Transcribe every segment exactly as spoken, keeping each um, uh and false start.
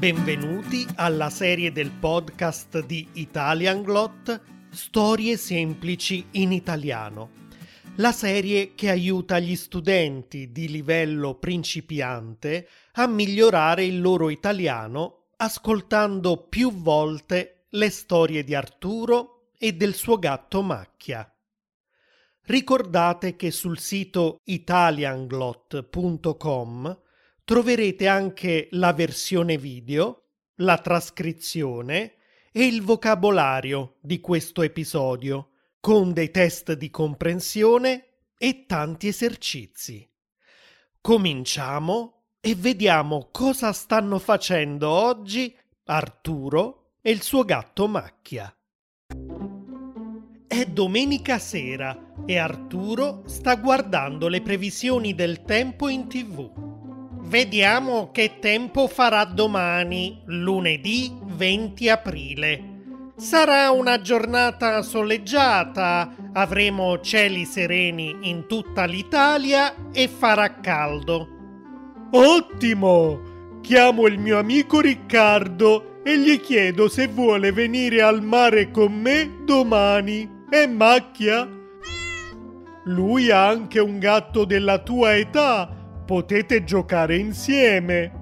Benvenuti alla serie del podcast di Italianglot Storie semplici in italiano, la serie che aiuta gli studenti di livello principiante a migliorare il loro italiano ascoltando più volte le storie di Arturo e del suo gatto Macchia. Ricordate che sul sito italianglot punto com troverete anche la versione video, la trascrizione e il vocabolario di questo episodio, con dei test di comprensione e tanti esercizi. Cominciamo e vediamo cosa stanno facendo oggi Arturo e il suo gatto Macchia. È domenica sera e Arturo sta guardando le previsioni del tempo in tivù. Vediamo che tempo farà domani, lunedì venti aprile. Sarà una giornata soleggiata, avremo cieli sereni in tutta l'Italia e farà caldo. Ottimo! Chiamo il mio amico Riccardo e gli chiedo se vuole venire al mare con me domani. E Macchia? Lui ha anche un gatto della tua età. Potete giocare insieme.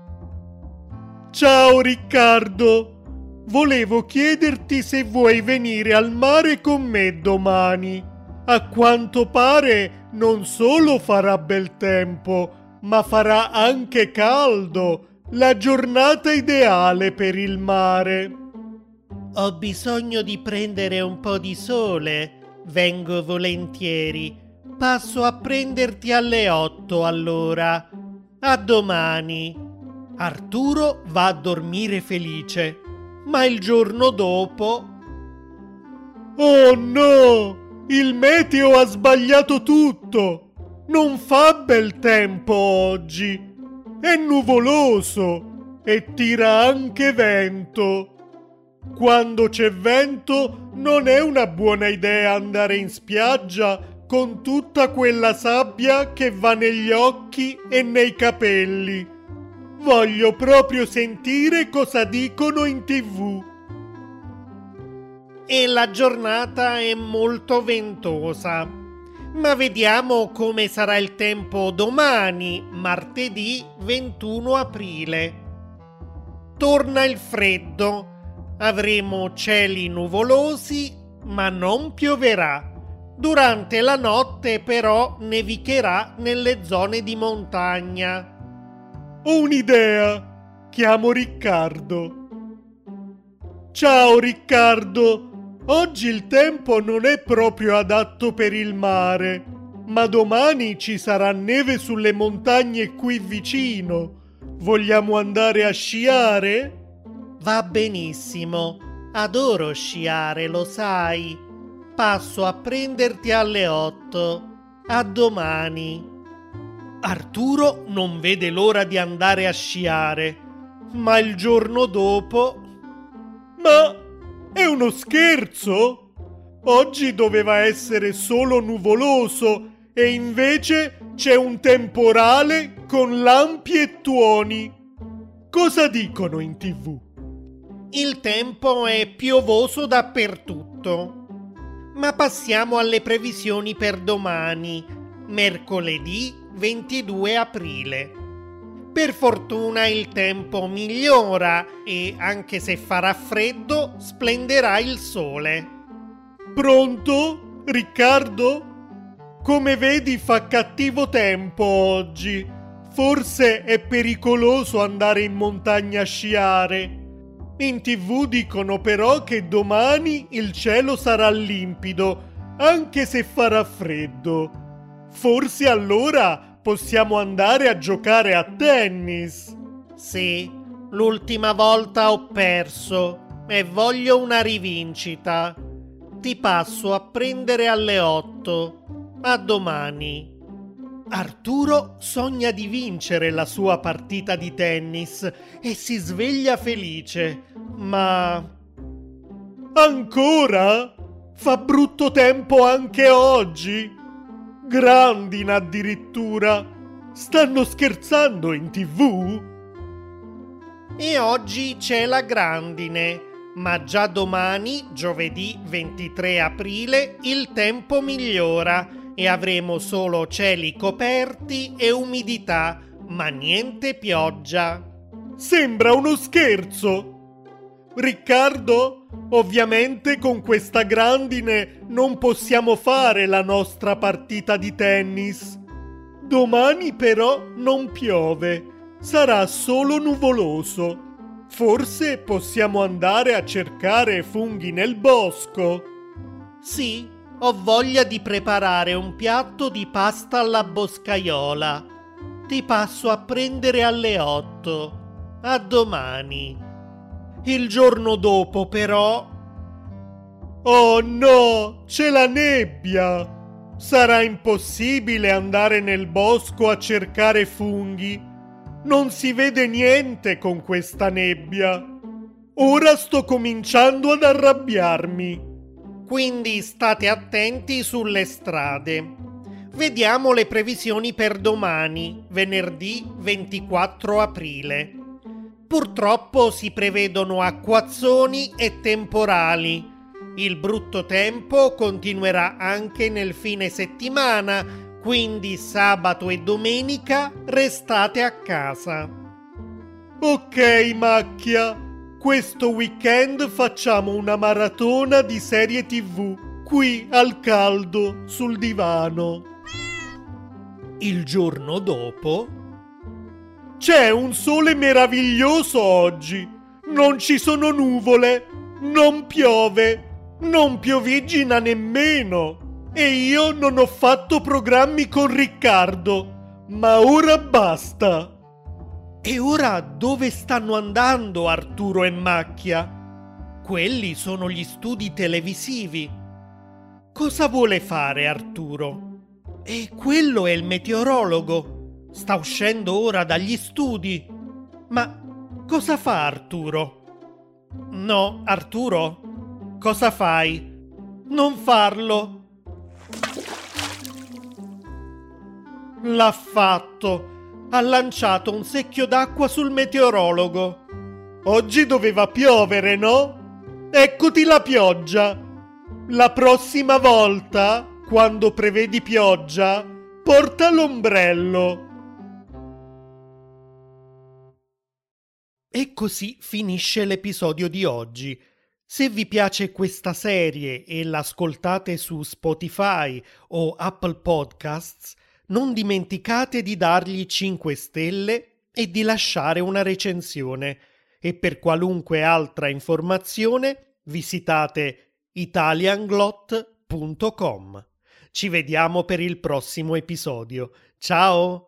Ciao Riccardo, volevo chiederti se vuoi venire al mare con me domani. A quanto pare non solo farà bel tempo, ma farà anche caldo, la giornata ideale per il mare. Ho bisogno di prendere un po' di sole, vengo volentieri. Passo a prenderti alle otto allora. A domani. Arturo va a dormire felice, ma il giorno dopo... Oh no! Il meteo ha sbagliato tutto! Non fa bel tempo oggi! È nuvoloso e tira anche vento. Quando c'è vento non è una buona idea andare in spiaggia con tutta quella sabbia che va negli occhi e nei capelli. Voglio proprio sentire cosa dicono in tivù. E la giornata è molto ventosa. Ma vediamo come sarà il tempo domani, martedì ventuno aprile. Torna il freddo. Avremo cieli nuvolosi, ma non pioverà. Durante la notte però nevicherà nelle zone di montagna. Ho un'idea! Chiamo Riccardo. Ciao Riccardo! Oggi il tempo non è proprio adatto per il mare, ma domani ci sarà neve sulle montagne qui vicino. Vogliamo andare a sciare? Va benissimo, adoro sciare, lo sai. Passo a prenderti alle otto. A domani. Arturo non vede l'ora di andare a sciare, ma il giorno dopo... Ma è uno scherzo? Oggi doveva essere solo nuvoloso e invece c'è un temporale con lampi e tuoni. Cosa dicono in tivù? Il tempo è piovoso dappertutto. Ma passiamo alle previsioni per domani, mercoledì ventidue aprile. Per fortuna il tempo migliora e, anche se farà freddo, splenderà il sole. Pronto, Riccardo? Come vedi fa cattivo tempo oggi. Forse è pericoloso andare in montagna a sciare. In tivù dicono però che domani il cielo sarà limpido, anche se farà freddo. Forse allora possiamo andare a giocare a tennis. Sì, l'ultima volta ho perso e voglio una rivincita. Ti passo a prendere alle otto. A domani. Arturo sogna di vincere la sua partita di tennis e si sveglia felice, ma... Ancora? Fa brutto tempo anche oggi? Grandina addirittura! Stanno scherzando in tivù? E oggi c'è la grandine, ma già domani, giovedì ventitré aprile, il tempo migliora e avremo solo cieli coperti e umidità, ma niente pioggia. Sembra uno scherzo! Riccardo, ovviamente con questa grandine non possiamo fare la nostra partita di tennis. Domani però non piove, sarà solo nuvoloso. Forse possiamo andare a cercare funghi nel bosco. Sì, ho voglia di preparare un piatto di pasta alla boscaiola. Ti passo a prendere alle otto. A domani. Il giorno dopo, però... Oh no, c'è la nebbia! Sarà impossibile andare nel bosco a cercare funghi. Non si vede niente con questa nebbia. Ora sto cominciando ad arrabbiarmi. Quindi state attenti sulle strade. Vediamo le previsioni per domani, venerdì ventiquattro aprile. Purtroppo si prevedono acquazzoni e temporali. Il brutto tempo continuerà anche nel fine settimana, quindi sabato e domenica restate a casa. Ok, Macchia, questo weekend facciamo una maratona di serie tivù, qui al caldo, sul divano. Il giorno dopo... C'è un sole meraviglioso oggi, non ci sono nuvole, non piove, non piovigina nemmeno e io non ho fatto programmi con Riccardo, ma ora basta. E ora dove stanno andando Arturo e Macchia? Quelli sono gli studi televisivi. Cosa vuole fare Arturo? E quello è il meteorologo. Sta uscendo ora dagli studi. Ma cosa fa Arturo? No, Arturo, cosa fai? Non farlo. L'ha fatto. Ha lanciato un secchio d'acqua sul meteorologo. Oggi doveva piovere, no? Eccoti la pioggia. La prossima volta, quando prevedi pioggia, porta l'ombrello. E così finisce l'episodio di oggi. Se vi piace questa serie e l'ascoltate su Spotify o Apple Podcasts, non dimenticate di dargli cinque stelle e di lasciare una recensione. E per qualunque altra informazione visitate italianglot punto com. Ci vediamo per il prossimo episodio. Ciao!